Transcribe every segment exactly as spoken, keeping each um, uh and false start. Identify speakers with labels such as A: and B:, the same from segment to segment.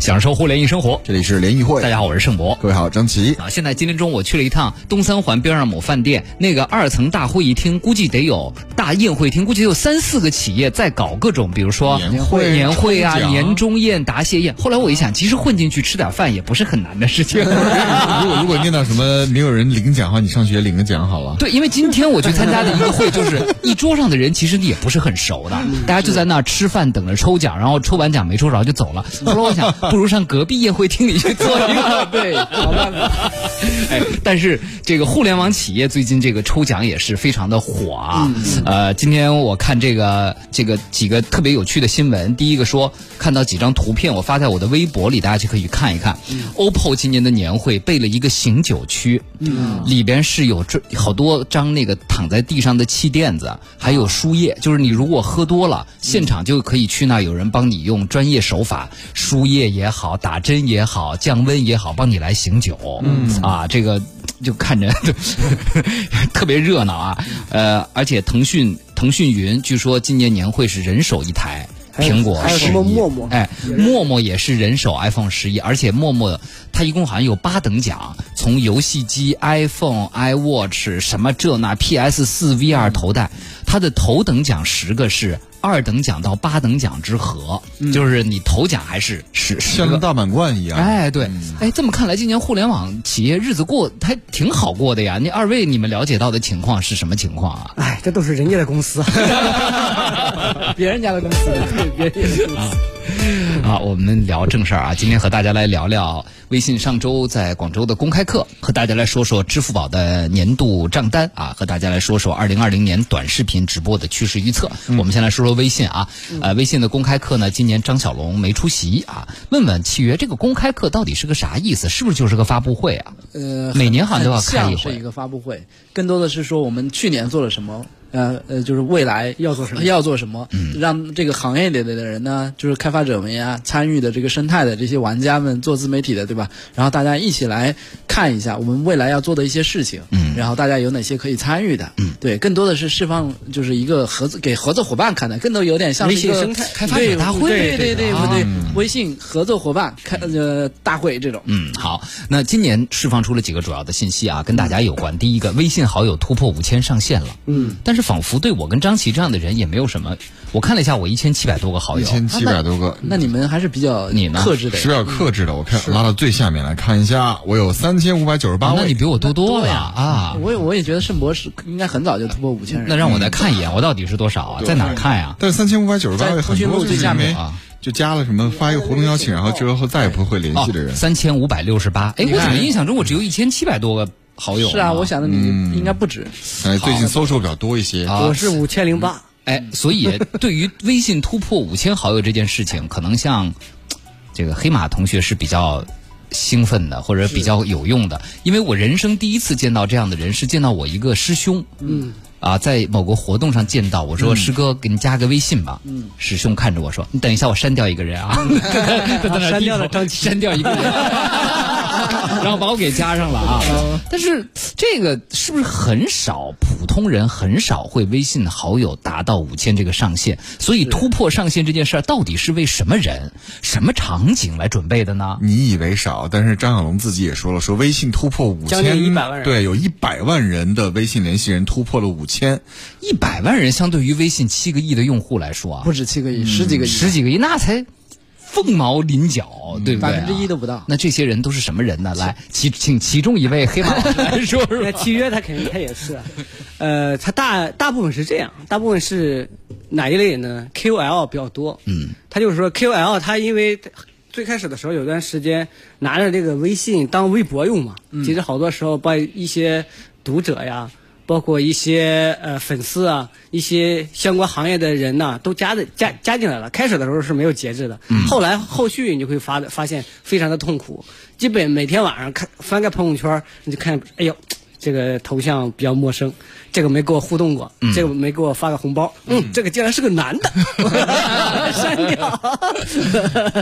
A: 享受互联易生活。
B: 这里是联谊会，
A: 大家好，我是盛博。
B: 各位好，张琪
A: 啊。现在今天中午我去了一趟东三环边上某饭店，那个二层大会议厅，估计得有大宴会厅，估计得有三四个企业在搞各种，比如说
B: 年会、
A: 年会啊、年终宴、答谢宴。后来我一想，其实混进去吃点饭也不是很难的事情。
B: 如果如果念到什么没有人领奖的话，你上学领个奖好了。
A: 对，因为今天我去参加的一个会，就是一桌上的人其实你也不是很熟的，大家就在那吃饭等着抽奖，然后抽完奖没抽着就走了。后来我想，不如上隔壁宴会厅里去做一个，对，好办法。哎，但是这个互联网企业最近这个抽奖也是非常的火啊。嗯、呃，今天我看这个这个几个特别有趣的新闻，第一个说看到几张图片，我发在我的微博里，大家就可以看一看。嗯、O P P O 今年的年会备了一个醒酒区，嗯、里边是有这好多张那个躺在地上的气垫子，还有输液，就是你如果喝多了，现场就可以去那有人帮你用专业手法输液也好，打针也好，降温也好，帮你来醒酒。嗯啊，这个就看着特别热闹啊。呃，而且腾讯腾讯云据说今年年会是人手一台。苹果
C: 还有什么陌陌？
A: 哎，陌陌也是人手 iPhone 十一，而且陌陌它一共好像有八等奖，从游戏机、iPhone、iWatch 什么这那 P S 四 V R 头戴，它的头等奖十个是二等奖到八等奖之和，嗯、就是你头奖还是十十个，
B: 像大满贯一样。
A: 哎，对，嗯、哎，这么看来，今年互联网企业日子过还挺好过的呀。你二位你们了解到的情况是什么情况啊？
C: 哎，这都是人家的公司，别人家的公司。别别
A: 啊啊！我们聊正事儿啊，今天和大家来聊聊微信上周在广州的公开课，和大家来说说支付宝的年度账单啊，和大家来说说二零二零年短视频直播的趋势预测。嗯、我们先来说说微信啊，呃，微信的公开课呢，今年张小龙没出席啊。问问契约，这个公开课到底是个啥意思？是不是就是个发布会啊？
D: 呃，
A: 每年好像都要开一回，
D: 是一个发布会，更多的是说我们去年做了什么。呃呃，就是未来
C: 要做什么，
D: 要做什么，嗯、让这个行业里的人呢，就是开发者们呀，参与的这个生态的这些玩家们，做自媒体的，对吧？然后大家一起来看一下我们未来要做的一些事情，嗯，然后大家有哪些可以参与的，嗯，对，更多的是释放，就是一个合作给合作伙伴看的，更多有点像是一个
C: 生态
A: 开发者大会，
D: 对对对对
A: 啊、
D: 对，微信合作伙伴开呃大会这种。
A: 嗯，好，那今年释放出了几个主要的信息啊，跟大家有关。第一个，微信好友突破五千上线了，嗯，但是仿佛对我跟张琪这样的人也没有什么。我看了一下，我一千七百多个好友，
B: 一千七百多个、啊
D: 那。那你们还是比较
A: 你呢？
D: 克制的，
B: 是比较克制的。我看拉到最下面来看一下，我有三千五百九十八位、
A: 啊，那你比我多多了啊！
D: 我也我也觉得盛博是应该很早就突破五千人。
A: 那让我再看一眼，我到底是多少啊？在哪儿看呀？
B: 但是三千五百九十八位很多
D: 最下面
B: 啊。就加了什么发一个活动邀请，然后之后再也不会联系的人。
A: 三千五百六十八，哎，我怎么印象中我只有一千七百多个好友？
D: 是啊，我想的你应该不止。
B: 哎，最近搜索比较多一些。
C: 我是五千零八。
A: 哎，所以对于微信突破五千好友这件事情，可能像这个黑马同学是比较兴奋的，或者比较有用的，因为我人生第一次见到这样的人，是见到我一个师兄。嗯。啊，在某个活动上见到，我说、嗯、师哥，给你加个微信吧。嗯，师兄看着我说：“你等一下，我删掉一个人啊。嗯”
C: 删掉了张琪，
A: 删掉一个人，然后把我给加上了啊。嗯、但是这个是不是很少？普通人很少会微信好友达到五千这个上限，所以突破上限这件事儿到底是为什么人、什么场景来准备的呢？
B: 你以为少，但是张小龙自己也说了，说微信突破五千，
C: 将近一百万人，
B: 对，有一百万人的微信联系人突破了五千。千
A: 一百万人，相对于微信七个亿的用户来说啊，
D: 不止七个亿，嗯、十几个亿，
A: 十几个亿，那才凤毛麟角，嗯、对不对、啊？
D: 百分之一都不到。
A: 那这些人都是什么人呢？来，其请其中一位黑马老师来说说。
C: 契约他肯定他也是，呃，他大大部分是这样，大部分是哪一类人呢 ？K O L 比较多，嗯，他就是说 K O L 他因为。最开始的时候有段时间拿着这个微信当微博用嘛，嗯、其实好多时候把一些读者呀，包括一些呃粉丝啊，一些相关行业的人呐、啊，都加的加加进来了。开始的时候是没有节制的，嗯、后来后续你就会发发现非常的痛苦，基本每天晚上看翻个朋友圈，你就看，哎呦。这个头像比较陌生，这个没给我互动过，嗯、这个没给我发个红包，嗯，嗯这个竟然是个男的，删掉。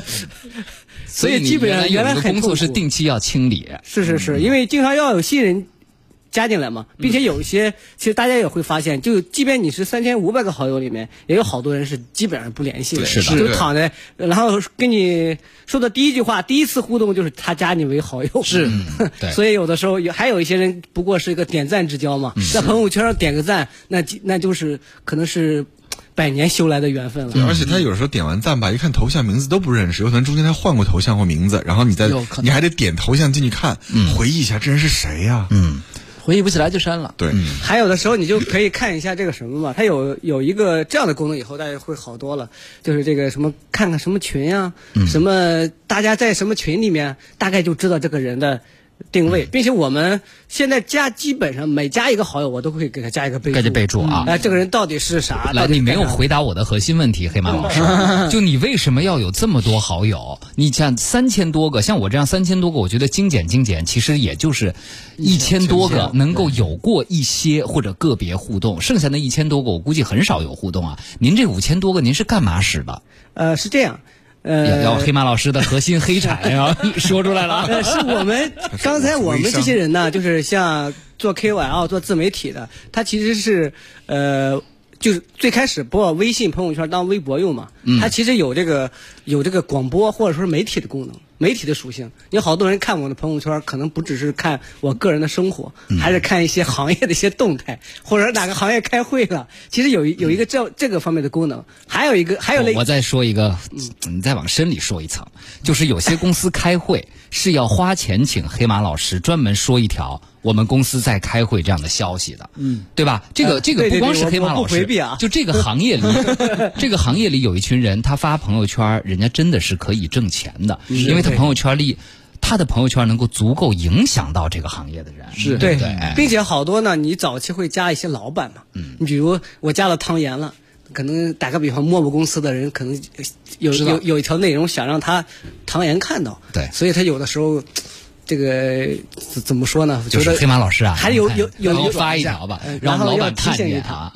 C: 所以基本上原来
A: 很工作是定期要清理，
C: 是是是，因为经常要有新人加进来嘛，并且有一些，其实大家也会发现，就即便你是三千五百个好友里面，也有好多人是基本上不联系的，
A: 是的，
C: 就躺在，然后跟你说的第一句话，第一次互动就是他加你为好友，
D: 是，
A: 对，
C: 所以有的时候有还有一些人不过是一个点赞之交嘛，在朋友圈上点个赞，那那就是可能是百年修来的缘分了。
B: 对，而且他有时候点完赞吧，一看头像名字都不认识，有可能中间他换过头像或名字，然后你再你还得点头像进去看，嗯、回忆一下这人是谁呀、啊？
A: 嗯。
D: 回忆不起来就删了。
B: 对、嗯，
C: 还有的时候你就可以看一下这个什么嘛，它有有一个这样的功能，以后大家会好多了，就是这个什么看看什么群呀、啊嗯，什么大家在什么群里面，大概就知道这个人的定位，并且我们现在加基本上每加一个好友，我都会给他加一个备注，
A: 盖着备注啊。
C: 哎、嗯，这个人到底是啥？
A: 来，你没有回答我的核心问题，黑马老师，就你为什么要有这么多好友？你像三千多个，像我这样三千多个，我觉得精简精简，其实也就是一千多个能够有过一些或者个别互动，剩下的一千多个我估计很少有互动啊。您这五千多个，您是干嘛使的？
C: 呃，是这样。呃，
A: 要黑马老师的核心黑产呀，说出来了。
C: 呃，是我们刚才我们这些人呢，就是像做 K O L、做自媒体的，他其实是呃，就是最开始把微信朋友圈当微博用嘛，他其实有这个有这个广播或者说是媒体的功能。媒体的属性，有好多人看我的朋友圈，可能不只是看我个人的生活，嗯、还是看一些行业的一些动态，或者哪个行业开会了。其实有有一个这这个方面的功能，还有一个还有类。
A: 我再说一个，嗯、你再往深里说一层，就是有些公司开会是要花钱请黑马老师专门说一条我们公司在开会这样的消息的，嗯，对吧？这个、呃、这个不光是黑马老师，
C: 对对对，我不回避啊，
A: 就这个行业里，这个行业里有一群人，他发朋友圈，人家真的是可以挣钱的，因为他朋友圈里。他的朋友圈能够足够影响到这个行业的人，
D: 是
C: 对，
A: 对，
C: 并且好多呢，你早期会加一些老板嘛，嗯，你比如我加了汤岩了，可能打个比方，陌陌公司的人可能有有有一条内容想让他汤岩看到，
A: 对，
C: 所以他有的时候。这个怎么说呢？
A: 就是黑马老师啊，
C: 还有有有
A: 有发一条吧，让老板看见啊。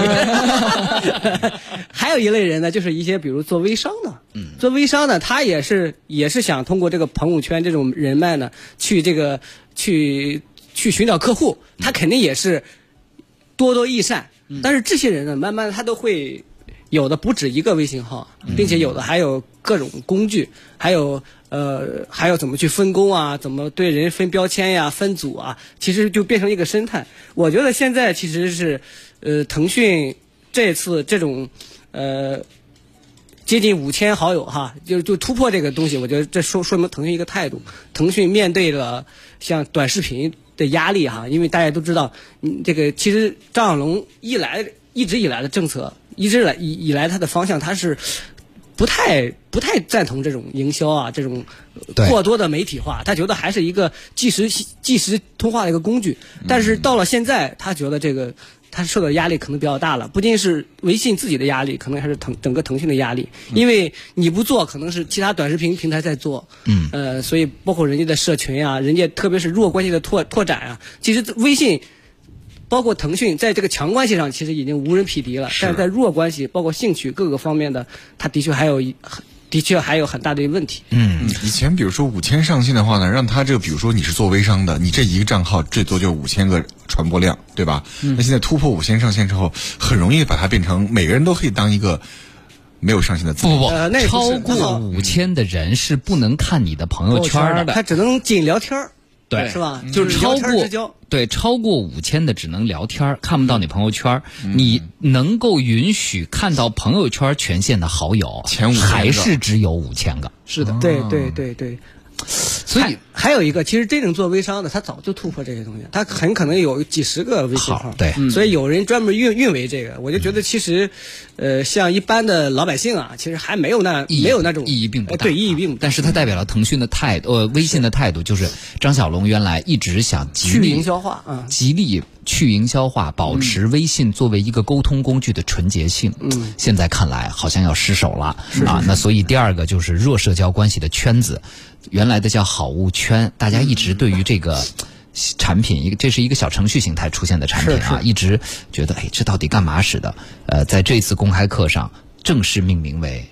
C: 还有一类人呢，就是一些比如做微商的，嗯，做微商的，他也是也是想通过这个朋友圈这种人脉呢，去这个去去寻找客户，他肯定也是多多益善。嗯、但是这些人呢，慢慢的他都会有的不止一个微信号，并且有的还有各种工具，还有。呃，还有怎么去分工啊？怎么对人分标签呀、分组啊？其实就变成一个生态。我觉得现在其实是，呃，腾讯这次这种，呃，接近五千好友哈，就就突破这个东西，我觉得这说说明腾讯一个态度。腾讯面对了像短视频的压力哈，因为大家都知道，嗯，这个其实张小龙一来一直以来的政策，一直来以以来他的方向，他是。不太不太赞同这种营销啊，这种过多的媒体化，他觉得还是一个即时即时通话的一个工具。但是到了现在，他觉得这个他受到的压力可能比较大了，不仅是微信自己的压力，可能还是腾整个腾讯的压力，因为你不做，可能是其他短视频平台在做，嗯，呃，所以包括人家的社群啊，人家特别是弱关系的拓拓展啊，其实微信。包括腾讯在这个强关系上其实已经无人匹敌了，但是在弱关系，包括兴趣各个方面的，它的确还有一，的确还有很大的问题。
B: 嗯，以前比如说五千上线的话呢，让他这个比如说你是做微商的，你这一个账号最多就五千个传播量，对吧？嗯、那现在突破五千上线之后，很容易把它变成每个人都可以当一个。没有上线的字
A: 不不不、呃，超过五千的人是不能看你的朋友圈的，
C: 他只能仅聊天儿。
A: 对，
C: 是吧？
A: 就是超过对超过五千的只能聊天，看不到你朋友圈。嗯、你能够允许看到朋友圈权限的好友，
B: 前五
A: 还是只有五千个。
C: 是的，对对对对。所以还有一个，其实真正做微商的，他早就突破这些东西，他很可能有几十个微信号，
A: 对，
C: 嗯、所以有人专门运运维这个，我就觉得其实，呃，像一般的老百姓啊，其实还没有那没有那种
A: 意义并不大，
C: 对，意义并不大，
A: 但是它代表了腾讯的态度，呃，微信的态度，就是张小龙原来一直想极力
C: 去营销化，嗯，
A: 极力去营销化，保持微信作为一个沟通工具的纯洁性，嗯，现在看来好像要失手了啊。那所以第二个就是弱社交关系的圈子。原来的叫好物圈，大家一直对于这个产品，一个这是一个小程序形态出现的产品啊，一直觉得哎，这到底干嘛使的？呃，在这次公开课上正式命名为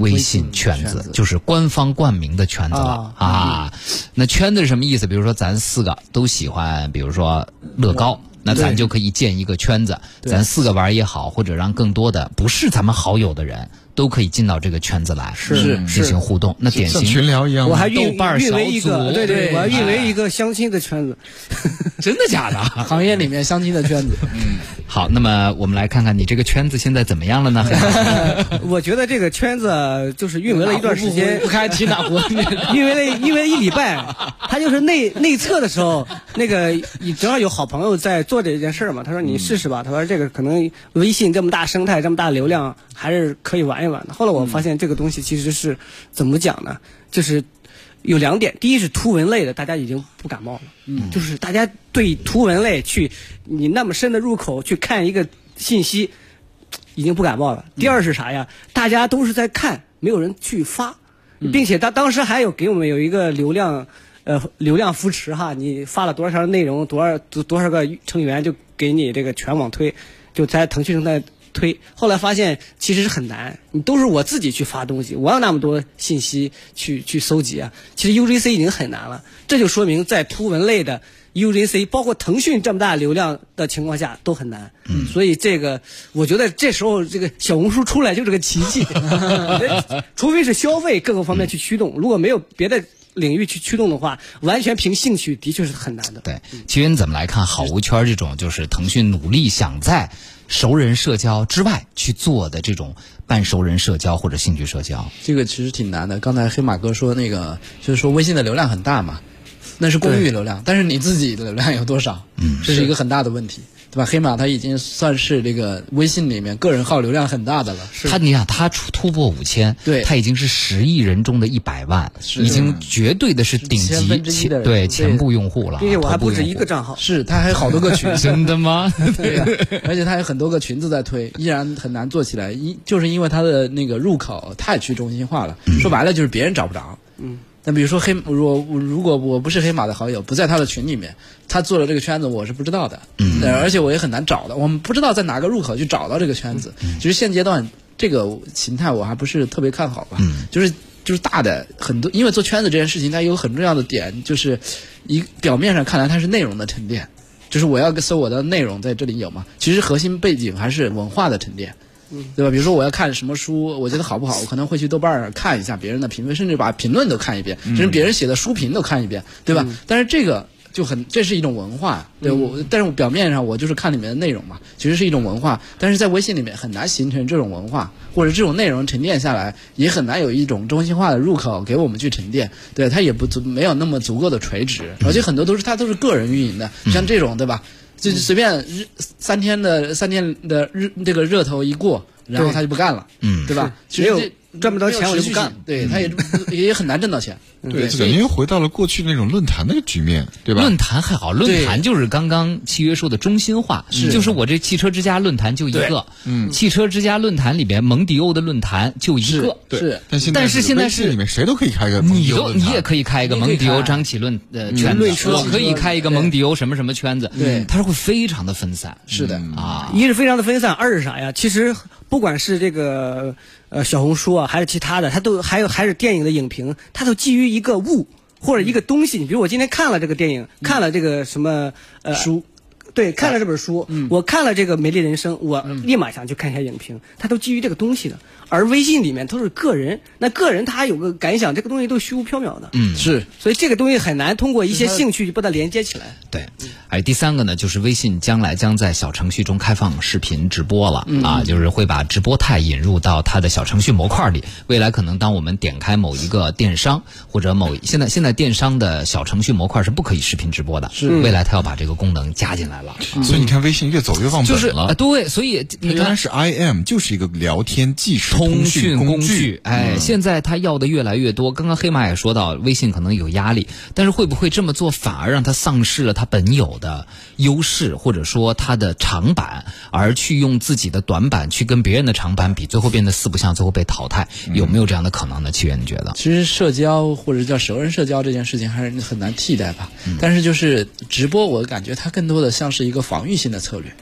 A: 微信圈子，
D: 圈子
A: 就是官方冠名的圈子了啊, 啊。那圈子是什么意思？比如说咱四个都喜欢，比如说乐高。那咱就可以建一个圈子，咱四个玩也好，或者让更多的不是咱们好友的人都可以进到这个圈子来，
C: 是
A: 进行互动。那典型
B: 像群聊一样，
C: 我还运
A: 豆瓣
C: 运为一个，对对，我还运为一
A: 个，
C: 个相亲的圈子，
A: 真的假的？
D: 行业里面相亲的圈子。
A: 嗯，好，那么我们来看看你这个圈子现在怎么样了呢？
C: 我觉得这个圈子就是运维了一段时间，
D: 不开提哪壶，
C: 运维了运维了一礼拜，他就是内内测的时候，那个正好有好朋友在做这件事儿嘛，他说你试试吧，他说这个可能微信这么大生态，这么大流量，还是可以玩一玩的。后来我发现这个东西其实是怎么讲呢？就是有两点，第一是图文类的，大家已经不感冒了，嗯，就是大家对图文类去你那么深的入口去看一个信息，已经不感冒了。第二是啥呀？大家都是在看，没有人去发，并且他当时还有给我们有一个流量。呃，流量扶持哈，你发了多少条内容，多少多多少个成员就给你这个全网推，就在腾讯正在推。后来发现其实是很难，你都是我自己去发东西，我要那么多信息去去搜集啊。其实 U G C 已经很难了，这就说明在图文类的 U G C， 包括腾讯这么大流量的情况下都很难。嗯，所以这个我觉得这时候这个小红书出来就是个奇迹，除非是消费各个方面去驱动，如果没有别的领域去驱动的话，完全凭兴趣的确是很难的。
A: 对，其实你怎么来看好无圈这种就是腾讯努力想在熟人社交之外去做的这种半熟人社交或者兴趣社交？
D: 这个其实挺难的。刚才黑马哥说那个就是说微信的流量很大嘛，那是公域流量，但是你自己的流量有多少？嗯，这是一个很大的问题。对吧？黑马他已经算是这个微信里面个人号流量很大的了。
A: 他你想，他突突破五千，
D: 对，
A: 他已经是十亿人中的一百万，已经绝对的是顶级前对前部用户了。
C: 并且我还不止一个账号，
D: 是他还有好多个群，
A: 真的吗？
D: 对呀、啊，而且他有很多个群子在推，依然很难做起来。因就是因为他的那个入口太去中心化了，嗯、说白了就是别人找不着。嗯。那比如说黑，如果如果我不是黑马的好友，不在他的群里面，他做了这个圈子，我是不知道的，嗯，而且我也很难找的，我们不知道在哪个入口去找到这个圈子。嗯、其实现阶段这个形态我还不是特别看好吧，嗯，就是就是大的很多，因为做圈子这件事情，它有很重要的点，就是一表面上看来它是内容的沉淀，就是我要搜我的内容在这里有嘛，其实核心背景还是文化的沉淀。对吧？比如说我要看什么书，我觉得好不好，我可能会去豆瓣儿看一下别人的评论，甚至把评论都看一遍，甚至别人写的书评都看一遍，对吧？嗯、但是这个就很，这是一种文化，对我，嗯、但是我表面上我就是看里面的内容嘛，其实是一种文化，但是在微信里面很难形成这种文化，或者这种内容沉淀下来，也很难有一种中心化的入口给我们去沉淀，对，它也不足没有那么足够的垂直，而且很多都是它都是个人运营的，像这种对吧？就随便日三天的三天的日这个热头一过，然后他就不干了，嗯，对吧？
C: 没有赚不到钱我就不干，
D: 对，他也也很难挣到钱。
B: 对，等于回到了过去那种论坛那个局面，对吧？
A: 论坛还好，论坛就是刚刚契约说的中心化，就是我这汽车之家论坛就一个，嗯，汽车之家论坛里边蒙迪欧的论坛就一个，
D: 是，
B: 但现
A: 但是现在是
B: 里面谁都可以开一个，
A: 你都你也可以开一个蒙迪欧张启论呃圈子，我可以开一个蒙迪欧什么什么圈子，
D: 对，
A: 它是会非常的分散，
D: 是的
A: 啊，
C: 一是非常的分散，二是啥呀？其实不管是这个呃小红书啊，还是其他的，它都还有还是电影的影评，它都基于一个物或者一个东西。你比如我今天看了这个电影，嗯、看了这个什么呃
D: 书，
C: 对，看了这本书，嗯、我看了这个《美丽人生》，我立马想去看一下影评，它都基于这个东西的。而微信里面都是个人，那个人他还有个感想，这个东西都虚无缥缈的，
A: 嗯，
D: 是，
C: 所以这个东西很难通过一些兴趣就把它连接起来。
A: 对，而第三个呢，就是微信将来将在小程序中开放视频直播了、嗯、啊，就是会把直播态引入到它的小程序模块里。未来可能当我们点开某一个电商或者某现在现在电商的小程序模块是不可以视频直播的，是未来它要把这个功能加进来了。
B: 嗯、所以你看，微信越走越往本了。
A: 就是、呃、对，所以你看
B: 是 I M 就是一个聊天技术。
A: 通讯
B: 工
A: 具，哎，嗯、现在他要的越来越多。刚刚黑马也说到，微信可能有压力，但是会不会这么做反而让他丧失了他本有的优势，或者说他的长板，而去用自己的短板去跟别人的长板比，最后变得四不像，最后被淘汰？有没有这样的可能呢？七月你觉得？
D: 其实社交或者叫熟人社交这件事情还是很难替代吧。嗯、但是就是直播，我感觉它更多的像是一个防御性的策略。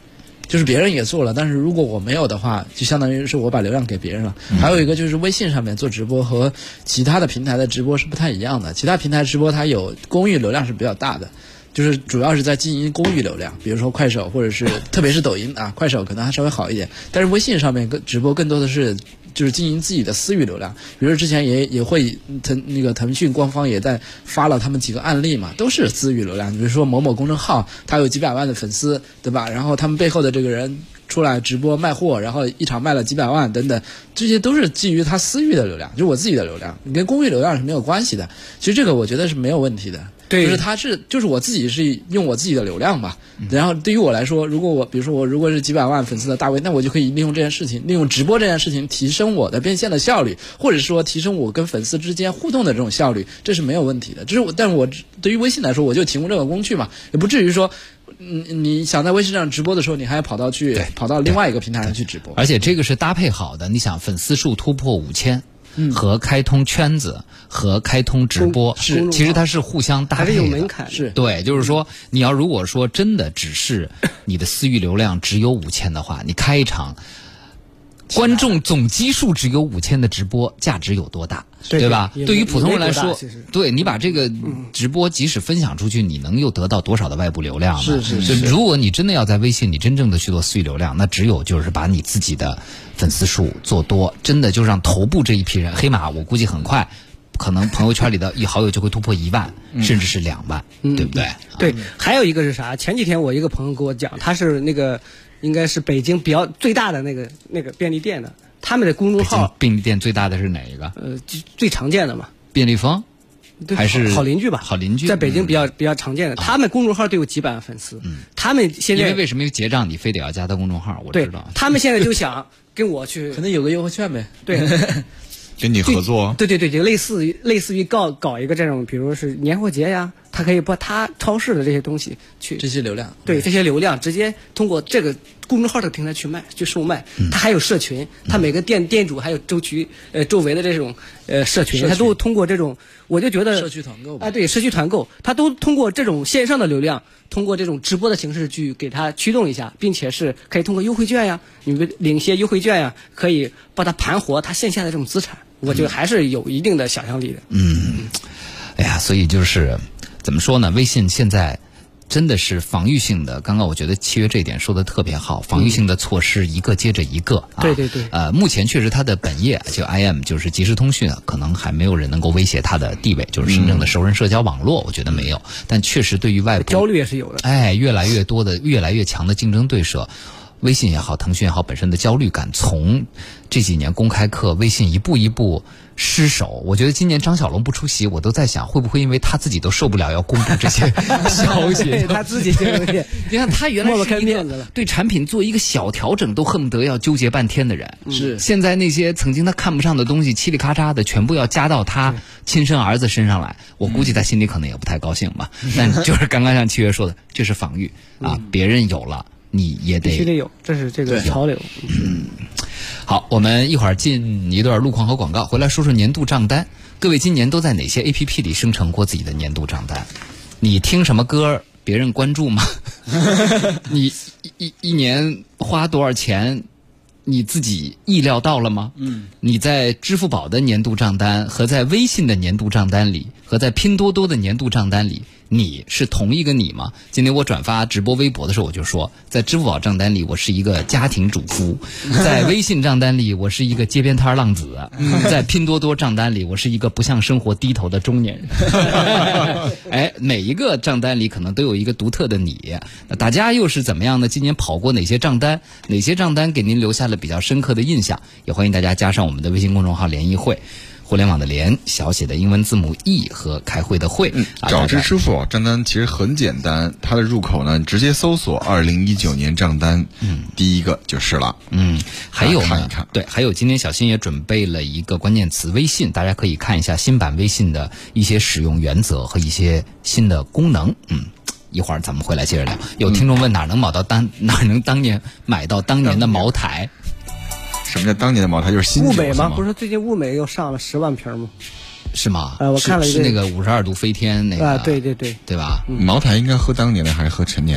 D: 就是别人也做了，但是如果我没有的话，就相当于是我把流量给别人了。嗯、还有一个就是微信上面做直播和其他的平台的直播是不太一样的，其他平台直播它有公域流量是比较大的。就是主要是在经营公域流量，比如说快手或者是特别是抖音啊，快手可能还稍微好一点，但是微信上面更直播更多的是就是经营自己的私域流量。比如说之前也也会腾那个腾讯官方也在发了他们几个案例嘛，都是私域流量。比如说某某公众号，他有几百万的粉丝，对吧？然后他们背后的这个人出来直播卖货，然后一场卖了几百万等等，这些都是基于他私域的流量，就是我自己的流量，你跟公域流量是没有关系的。其实这个我觉得是没有问题的。对，就是他是就是我自己是用我自己的流量嘛，然后对于我来说，如果我比如说我如果是几百万粉丝的大 V， 那我就可以利用这件事情，利用直播这件事情提升我的变现的效率，或者说提升我跟粉丝之间互动的这种效率，这是没有问题的。这是我，但是我对于微信来说，我就提供这个工具嘛，也不至于说。嗯，你想在微信上直播的时候，你还要跑到去跑到另外一个平台上去直播，
A: 而且这个是搭配好的。你想粉丝数突破五千。嗯、和开通圈子和开通直播是，其实它是互相搭配的，
C: 还是有门槛。
D: 是
A: 对，就是说你要如果说真的只是你的私域流量只有五千的话，你开一场观众总基数只有五千的直播，价值有多大？
C: 对,
A: 对吧？对于普通人来说，对你把这个
C: 嗯
A: 直播即使分享出去，你能又得到多少的外部流量呢？
D: 是是是。
A: 如果你真的要在微信，你真正的去做私域流量，那只有就是把你自己的粉丝数做多，真的就让头部这一批人，黑马我估计很快，可能朋友圈里的一好友就会突破一万，嗯、甚至是两万，
C: 嗯、
A: 对不对？
C: 对，还有一个是啥？前几天我一个朋友跟我讲，他是那个应该是北京比较最大的那个那个便利店的。他们的公众号，
A: 便利店最大的是哪一个？
C: 呃，最常见的嘛，
A: 便利蜂，还是
C: 好邻居吧？
A: 好邻居，
C: 在北京比较、嗯、比较常见的，他们公众号都有几百万粉丝。嗯，他们现在
A: 因为为什么结账你非得要加他公众号？我知道，
C: 他们现在就想跟我去，
D: 可能有个优惠券呗。
C: 对。
B: 跟你合作，
C: 对对对，就类似于类似于搞搞一个这种，比如是年货节呀，他可以把他超市的这些东西去
D: 这些流量，
C: 对这些流量直接通过这个公众号的平台去卖，去售卖。嗯、他还有社群，他每个店店主还有周区呃周围的这种呃社群，他都通过这种，我就觉得
D: 社区团购
C: 啊、呃，对社区团购，他都通过这种线上的流量，通过这种直播的形式去给他驱动一下，并且是可以通过优惠券呀，你们领些优惠券呀，可以帮他盘活他线下的这种资产。我觉得还是有一定的想象力的。
A: 嗯，哎呀，所以就是怎么说呢？微信现在真的是防御性的。刚刚我觉得契约这一点说的特别好，防御性的措施一个接着一个。
C: 嗯、啊，对对对。
A: 呃，目前确实它的本业就 I M 就是即时通讯啊，可能还没有人能够威胁它的地位，就是真正的熟人社交网络，我觉得没有。但确实对于外部
C: 焦虑也是有的。
A: 哎，越来越多的、越来越强的竞争对手。微信也好，腾讯也好，本身的焦虑感从这几年公开课，微信一步一步失守。我觉得今年张小龙不出席，我都在想，会不会因为他自己都受不了要公布这些消息？
C: 对他自己这个，
A: 你看他原来
C: 抹不开面子了，
A: 对产品做一个小调整都恨不得要纠结半天的人，
D: 是
A: 现在那些曾经他看不上的东西，嘁里咔嚓的全部要加到他亲生儿子身上来，我估计他心里可能也不太高兴吧。嗯、但就是刚刚像七月说的，这是防御啊，
C: 嗯、
A: 别人有了。你也得
C: 必须得有，这是这个潮流。
A: 嗯，好，我们一会儿进一段路况和广告，回来说说年度账单。各位今年都在哪些 A P P 里生成过自己的年度账单？你听什么歌？别人关注吗？你一一年花多少钱？你自己意料到了吗？嗯，你在支付宝的年度账单和在微信的年度账单里，和在拼多多的年度账单里，你是同一个你吗？今天我转发直播微博的时候，我就说，在支付宝账单里，我是一个家庭主妇；在微信账单里，我是一个街边摊浪子；在拼多多账单里，我是一个不向生活低头的中年人。哎，每一个账单里可能都有一个独特的你。那大家又是怎么样呢？今年跑过哪些账单？哪些账单给您留下了比较深刻的印象？也欢迎大家加上我们的微信公众号联谊会。互联网的联，小写的英文字母 E 和开会的会。
B: 嗯，找支支付宝账单其实很简单，它的入口呢，直接搜索二零一九年账单，嗯，第一个就是了。
A: 嗯，还有呢，
B: 看一看，
A: 对，还有今天小新也准备了一个关键词微信，大家可以看一下新版微信的一些使用原则和一些新的功能。嗯。一会儿咱们回来接着聊。有听众问哪能买到当、嗯、哪能当年买到当年的茅台？
B: 什么叫当年的茅台？就是新酒
C: 物美吗？
B: 吗？
C: 不是最近物美又上了十万瓶吗？
A: 是吗？
C: 呃，我看了一个
A: 是那个五十二度飞天那个
C: 啊，对对对，
A: 对吧？
B: 嗯、茅台应该喝当年的还是喝陈年的？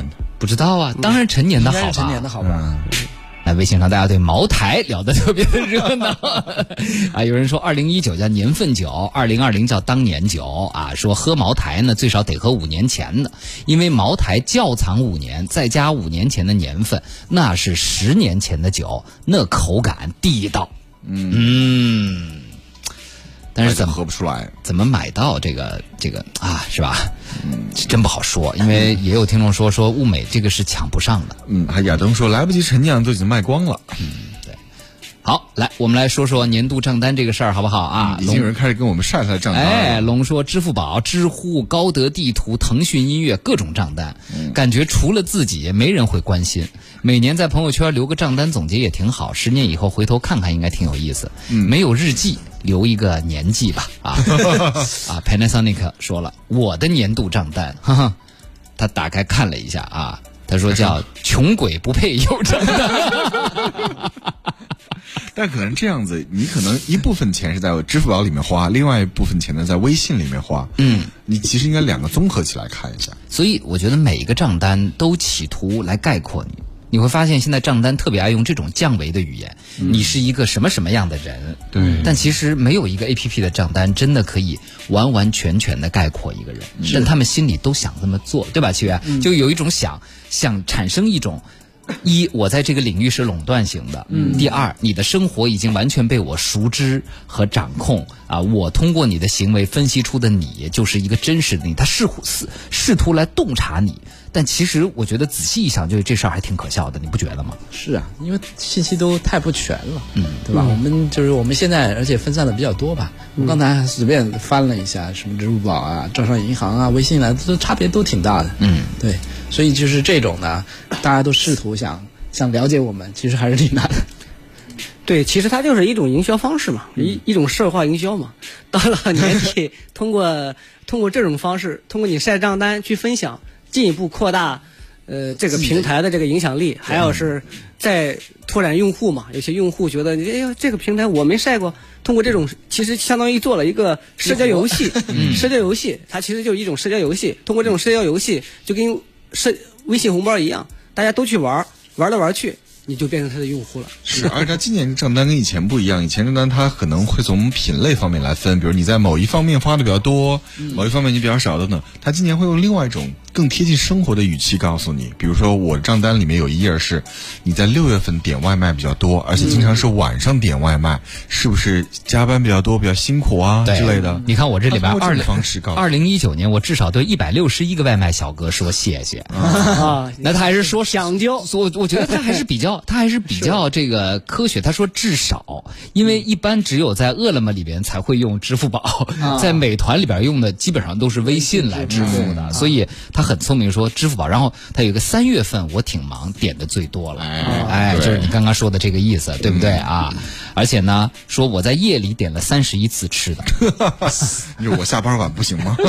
A: 不知道啊，当然陈年的好吧，
D: 应该是陈年的好吧。
B: 嗯
A: 那微信上大家对茅台聊得特别的热闹啊，有人说二零一九叫年份酒，二零二零叫当年酒啊，说喝茅台呢最少得喝五年前的，因为茅台窖藏五年，再加五年前的年份，那是十年前的酒，那口感地道。嗯嗯，但是怎么
B: 喝不出来？
A: 怎么买到这个这个啊？是吧？嗯，真不好说，因为也有听众说说物美这个是抢不上的。
B: 嗯，还亚东说来不及陈酿都已经卖光了。
A: 嗯，对。好，来我们来说说年度账单这个事儿，好不好啊？
B: 已经有人开始跟我们晒他的账单了。
A: 哎，龙说支付宝、知乎、高德地图、腾讯音乐各种账单，嗯、感觉除了自己没人会关心。每年在朋友圈留个账单总结也挺好，十年以后回头看看应该挺有意思。嗯，没有日记。留一个年纪吧，啊啊 ！Panasonic 说了，我的年度账单，哈哈，他打开看了一下啊，他说叫穷鬼不配有账单。
B: 但可能这样子，你可能一部分钱是在支付宝里面花，另外一部分钱呢在微信里面花。嗯，你其实应该两个综合起来看一下。
A: 所以我觉得每一个账单都企图来概括你。你会发现现在账单特别爱用这种降维的语言，嗯、你是一个什么什么样的人？
B: 对。
A: 但其实没有一个 A P P 的账单真的可以完完全全的概括一个人，但他们心里都想这么做，对吧？七月、嗯、就有一种想想产生一种。一，我在这个领域是垄断型的。嗯。第二，你的生活已经完全被我熟知和掌控啊！我通过你的行为分析出的你，就是一个真实的你。他试试试图来洞察你，但其实我觉得仔细一想，就是这事儿还挺可笑的，你不觉得吗？
D: 是啊，因为信息都太不全了，嗯，对吧？嗯、我们就是我们现在，而且分散的比较多吧。我刚才随便翻了一下，什么支付宝啊、招商银行啊、微信啊，都差别都挺大的。嗯，对。所以就是这种呢，大家都试图想想了解我们，其实还是挺难的。
C: 对，其实它就是一种营销方式嘛，嗯、一一种社会化营销嘛。到了年底，通过通过这种方式，通过你晒账单去分享，进一步扩大呃这个平台的这个影响力，还有是再拓展用户嘛。有些用户觉得，哎呀，这个平台我没晒过，通过这种其实相当于做了一个社交游戏，嗯、社交游戏它其实就是一种社交游戏。通过这种社交游戏，就跟是微信红包一样，大家都去玩，玩来玩去，你就变成他的用户了。
B: 是，而且他今年账单跟以前不一样，以前账单他可能会从品类方面来分，比如你在某一方面花的比较多，嗯、某一方面你比较少等等。他今年会用另外一种更贴近生活的语气告诉你，比如说我账单里面有一页是你在六月份点外卖比较多，而且经常是晚上点外卖，嗯、是不是加班比较多，比较辛苦啊之类的？
A: 你看我这里边二零
B: 方式告诉
A: 二零一九年，我至少对一百六十一个外卖小哥说谢谢啊。那他还是说
C: 讲究，
A: 我我觉得他还是比较，他还是比较这个科学。他说至少，因为一般只有在饿了么里边才会用支付宝，啊、在美团里边用的基本上都是微信来支付的，所以他很聪明，说支付宝。然后他有一个三月份我挺忙，点的最多了，哎，哎就是你刚刚说的这个意思，对不对啊？嗯、而且呢，说我在夜里点了三十一次吃的，
B: 你说我下班晚不行吗？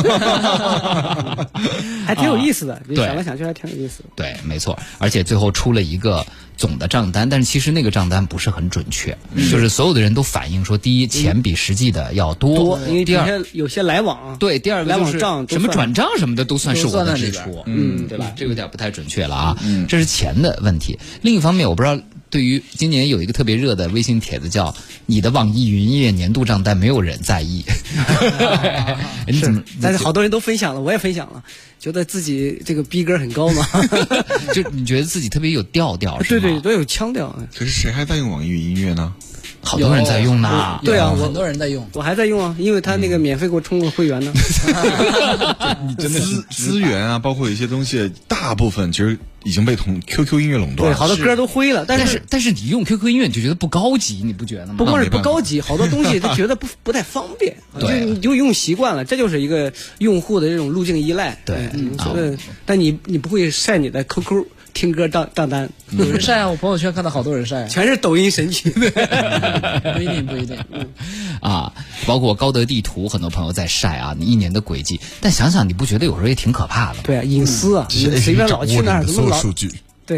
C: 还挺有意思的，你想来想去还挺有意思的。
A: 对，没错，而且最后出了一个总的账单，但是其实那个账单不是很准确，嗯、就是所有的人都反映说，第一，钱比实际的要多，
C: 多因为
A: 第二
C: 有些来往，
A: 对，第二个就是什么转账什么的都算是我的支出，
B: 嗯，
A: 对吧？这有点不太准确了啊，嗯，这是钱的问题。另一方面，我不知道。对于今年有一个特别热的微信帖子叫“你的网易云音乐年度账单没有人在意”，你怎么？
C: 但是好多人都分享了，我也分享了，觉得自己这个逼格很高嘛，
A: 就你觉得自己特别有调调，
C: 对对，都有腔调。
B: 可是谁还在用网易云音乐呢？
A: 好多人在用呢，
C: 对啊，
D: 很多人在用，
C: 我还在用啊，因为他那个免费给我充过会员呢。
B: 你真的资资源啊，包括有一些东西，大部分其实已经被同 Q Q 音乐垄断了。
C: 对，好多歌都灰了，但
A: 是但是你用 Q Q 音乐你就觉得不高级，你不觉得吗？
C: 不光是不高级，好多东西都觉得不不太方便，
A: 对，
C: 你就用习惯了，这就是一个用户的这种路径依赖。
A: 对，
C: 嗯，觉得，但你你不会晒你的 Q Q。听歌账账单，
D: 有人晒啊！我朋友圈看到好多人晒，
C: 全是抖音神曲。
D: 不一定，不一定。
A: 啊，包括高德地图，很多朋友在晒啊，你一年的轨迹。但想想，你不觉得有时候也挺可怕的吗？
C: 对啊，隐私啊，你随便老去那儿，怎么老
B: 数据？
C: 对呀、啊，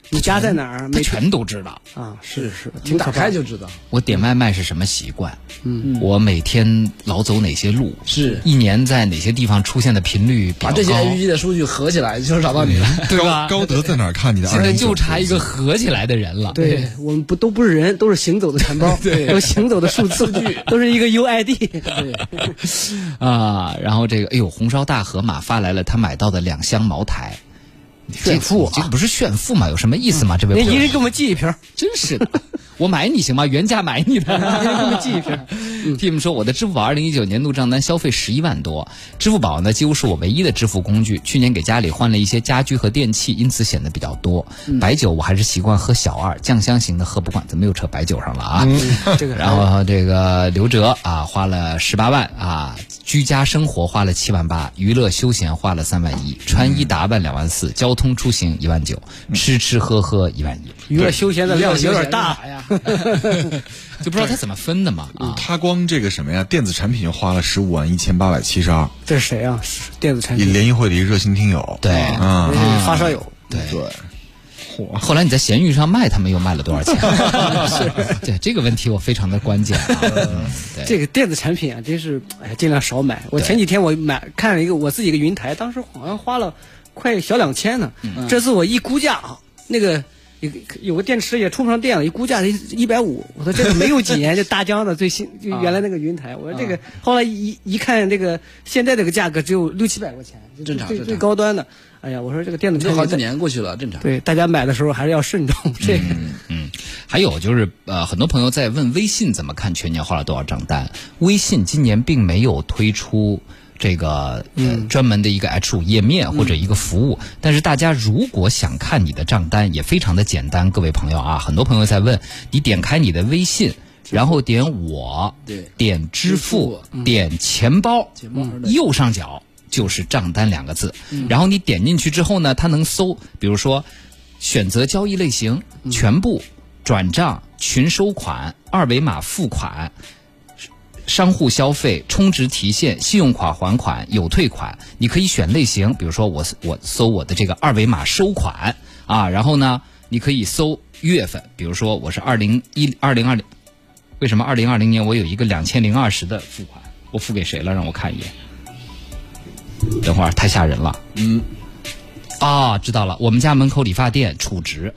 C: 你家在哪儿，
A: 他
C: 每
A: 全都知道。
C: 啊，是是，
D: 你打开就知道。
A: 我点外卖是什么习惯？
C: 嗯，
A: 我每天老走哪些路？
D: 是
A: 一年在哪些地方出现的频率比较高？
D: 把这些 A P P 的数据合起来，就找到你了，
A: 对吧？
B: 高德在哪儿看你的？
A: 现在就差一个合起来的人了。
C: 对我们不都不是人，都是行走的钱包，
D: 对
C: 都行走的数字据，都是一个 U I D。
D: 对，
A: 啊，然后这个，哎呦，红烧大河马发来了他买到的两箱茅台。
C: 炫富啊
A: 这个不是炫富吗？有什么意思吗？这位朋友，
C: 您一人给我们寄一瓶，
A: 真是的，我买你行吗？原价买你的，
C: 一人给我们寄一瓶。
A: Tim 说，我的支付宝二零一九年度账单消费十一万多，支付宝呢几乎是我唯一的支付工具。去年给家里换了一些家居和电器，因此显得比较多。白酒我还是习惯喝小二，酱香型的喝不惯，怎么又扯白酒上了啊？
C: 这个，
A: 然后这个刘哲啊花了十八万啊，居家生活花了七万八，娱乐休闲花了三万一，穿衣打扮两万四，交通出行一万九，吃吃喝喝一万一。
C: 娱乐休闲的量有点大
D: 呀，
A: 就不知道他怎么分的嘛啊。
B: 他光这个什么呀，电子产品就花了十五万一千八百七十二。
C: 这是谁啊？电子产品
B: 联谊会的一个热心听友。
A: 对
B: 啊，
C: 嗯发烧友。
A: 对
B: 对。
A: 后来你在闲鱼上卖，他们又卖了多少钱？是，对这个问题我非常的关键啊。对
C: 这个电子产品啊，真是哎呀，尽量少买。我前几天我买看了一个我自己一个云台，当时好像花了快小两千呢。
A: 嗯、
C: 这次我一估价啊，那个有有个电池也充不上电了，一估价一百五。我说这个没有几年就大疆的最新，就原来那个云台。我说这个后来一一看这个现在这个价格只有六七百块钱，
D: 正常
C: 最最高端的。哎呀，我说这个电子产品
D: 好几年过去了，正常。
C: 对，大家买的时候还是要慎重。这个，
A: 嗯嗯，还有就是呃，很多朋友在问微信怎么看全年花了多少账单。微信今年并没有推出这个呃专门的一个 H 五页面或者一个服务，但是大家如果想看你的账单，也非常的简单。各位朋友啊，很多朋友在问，你点开你的微信。然后点我，
D: 对，
A: 点支付，点钱包，
D: 钱包
A: 右上角就是账单两个字，嗯、然后你点进去之后呢，它能搜，比如说选择交易类型、嗯、全部、转账、群收款、二维码付款、商户消费、充值提现、信用卡还款、有退款，你可以选类型，比如说我我搜我的这个二维码收款啊，然后呢，你可以搜月份，比如说我是二零一二零二零，为什么二零二零年我有一个两千零二十的付款，我付给谁了？让我看一眼。等会儿太吓人了，嗯，啊，知道了，我们家门口理发店储值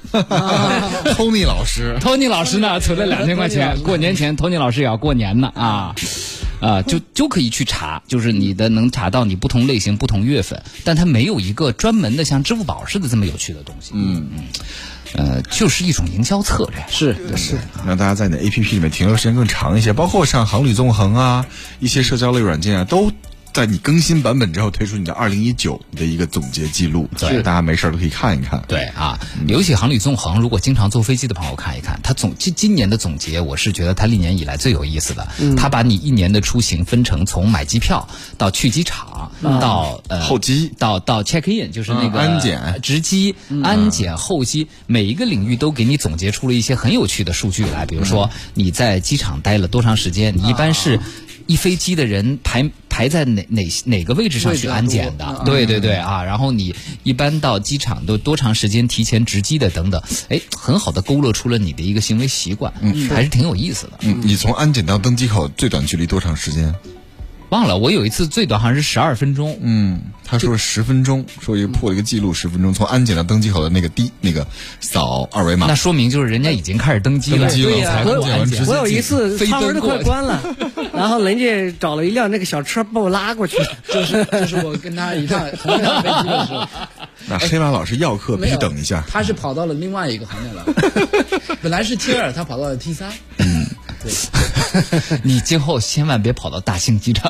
B: ，Tony 老师
A: ，Tony 老师呢存了两千块钱，过年前 Tony 老师也要过年呢啊，啊，就就可以去查，就是你的能查到你不同类型、不同月份，但它没有一个专门的像支付宝似的这么有趣的东西，嗯嗯。呃，就是一种营销策略，
D: 是
B: 是，让大家在你的 A P P 里面停留时间更长一些，包括像航旅纵横啊，一些社交类软件啊，都在你更新版本之后推出你的二零一九的一个总结记录，对，大家没事都可以看一看。
A: 对啊，尤其航旅纵横，如果经常坐飞机的朋友看一看，它总今今年的总结，我是觉得它历年以来最有意思的。嗯，它把你一年的出行分成从买机票到去机场、嗯、到呃
B: 候机
A: 到到 check in， 就是那个、
B: 嗯、安检、
A: 值机、嗯、安检、候机，每一个领域都给你总结出了一些很有趣的数据来。比如说你在机场待了多长时间，你一般是一飞机的人排。排在哪哪哪个位置上去安检的？对对对啊，然后你一般到机场都多长时间提前值机的等等，哎，很好的勾勒出了你的一个行为习惯，嗯，还是挺有意思的。
B: 嗯，你从安检到登机口最短距离多长时间？
A: 忘了，我有一次最短好像是十二分钟。
B: 嗯，他说十分钟，说一个破了一个记录，十分钟从安检到登机口的那个滴那个扫二维码，
A: 那说明就是人家已经开始登机了。
B: 登机了，
C: 对呀、
B: 我
C: 我我有一次舱门都快关了，然后人家找了一辆那个小车把我拉过去，
D: 就是就是我跟他一趟同一趟飞机的时候。
B: 那黑马老师要课必须等一下，
D: 他是跑到了另外一个航线了，本来是 T 二，他跑到了 T 三。
A: 嗯，对，你今后千万别跑到大兴机场。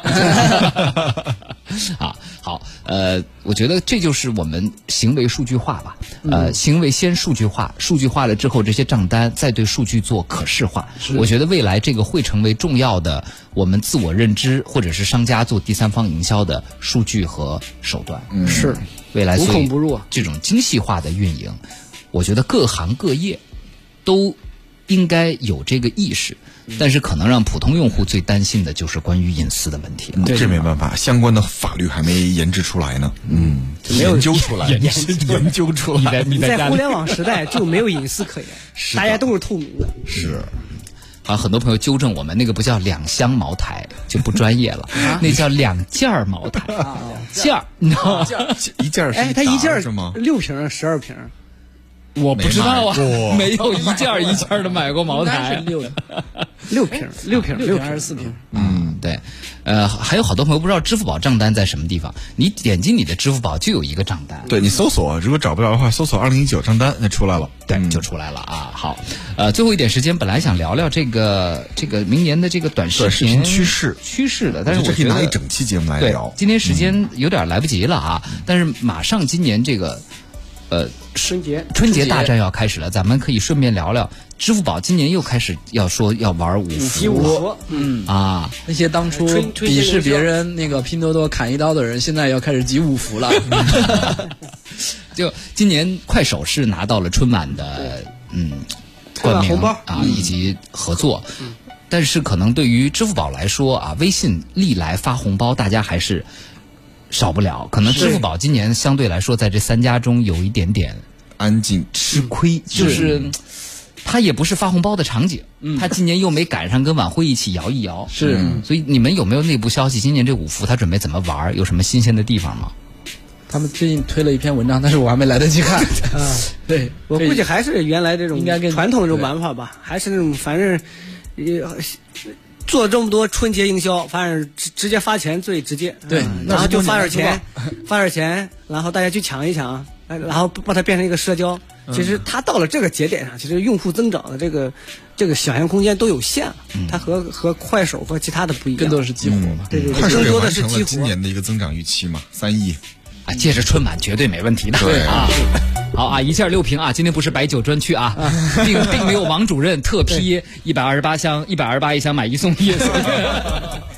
A: 啊，好，呃，我觉得这就是我们行为数据化吧。呃，嗯、行为先数据化，数据化了之后，这些账单再对数据做可视化。我觉得未来这个会成为重要的我们自我认知或者是商家做第三方营销的数据和手段。
C: 嗯，是
A: 未来
C: 无孔不入
A: 这种精细化的运营，我觉得各行各业都应该有这个意识。但是可能让普通用户最担心的就是关于隐私的问题了。
B: 这没办法，相关的法律还没研制出来呢。嗯，
C: 没有
B: 研究出来，研研究出
A: 你
B: 来。
A: 在你在家里
C: 在互联网时代就没有隐私可言，
B: 是的
C: 大家都是透明的。
B: 是。
A: 啊，很多朋友纠正我们，那个不叫两箱茅台，就不专业了，那叫两件儿茅台，件儿，你知道吗？
B: 一件儿是
C: 哎，它一件儿
B: 是吗？
C: 六瓶十二瓶，
A: 我不知道啊
B: 没买过，
A: 没有一件儿一件儿的买过茅
D: 应该
A: 台
D: 是。六
C: 六瓶六瓶
D: 六
C: 六
D: 瓶还是四瓶？
A: 嗯，对，呃，还有好多朋友不知道支付宝账单在什么地方，你点击你的支付宝就有一个账单，
B: 对你搜索，如果找不着的话，搜索二零一九账单，那出来了。
A: 对，
B: 嗯
A: 就出来了啊。好，呃，最后一点时间，本来想聊聊这个这个明年的这个短视
B: 短视频趋势
A: 趋势的，但是
B: 这可以
A: 我觉得
B: 拿一整期节目来
A: 对
B: 聊，。
A: 今天时间有点来不及了啊，但是马上今年这个呃
C: 春节
A: 春节大战要开始了，咱们可以顺便聊聊支付宝今年又开始要说要玩五
C: 集
A: 福
C: 五福，
D: 嗯，
A: 啊。
D: 那些当初
C: 春春节
D: 鄙视别
C: 营销
D: 人那个拼多多砍一刀的人，现在要开始集五福了。
A: 就今年快手是拿到了春晚的嗯冠名
C: 春晚红包
A: 啊，以及合作。但是可能对于支付宝来说啊，微信历来发红包，大家还是少不了。可能支付宝今年相对来说，在这三家中有一点点
B: 安静
A: 吃亏，就是他也不是发红包的场景，他今年又没赶上跟晚会一起摇一摇，
D: 是
A: 嗯所以你们有没有内部消息？今年这五福他准备怎么玩？有什么新鲜的地方吗？
D: 他们最近推了一篇文章，但是我还没来得及看。
C: 啊，
D: 对，可以
C: 我估计还是原来这种
D: 应该跟
C: 传统的这种玩法吧，还是那种反正呃做这么多春节营销，反正直直接发钱最直接，
D: 对
C: 嗯
D: 那是
C: 然后就发点
D: 多年
C: 钱，发点钱，然后大家去抢一抢，哎然后把它变成一个社交。其实它到了这个节点上，其实用户增长的这个这个想象空间都有限了，它和和快手和其他的不一样，
D: 更多的是激活嘛。
C: 对对对，
B: 快手也
C: 更多的
B: 完成了
C: 是激活。
B: 今年的一个增长预期嘛，三亿。
A: 啊，借着春晚绝对没问题的。
B: 对
A: 啊，好啊，一件六瓶啊，今天不是白酒专区啊，并并没有王主任特批一百二十八箱，一百二十八一箱买一送一。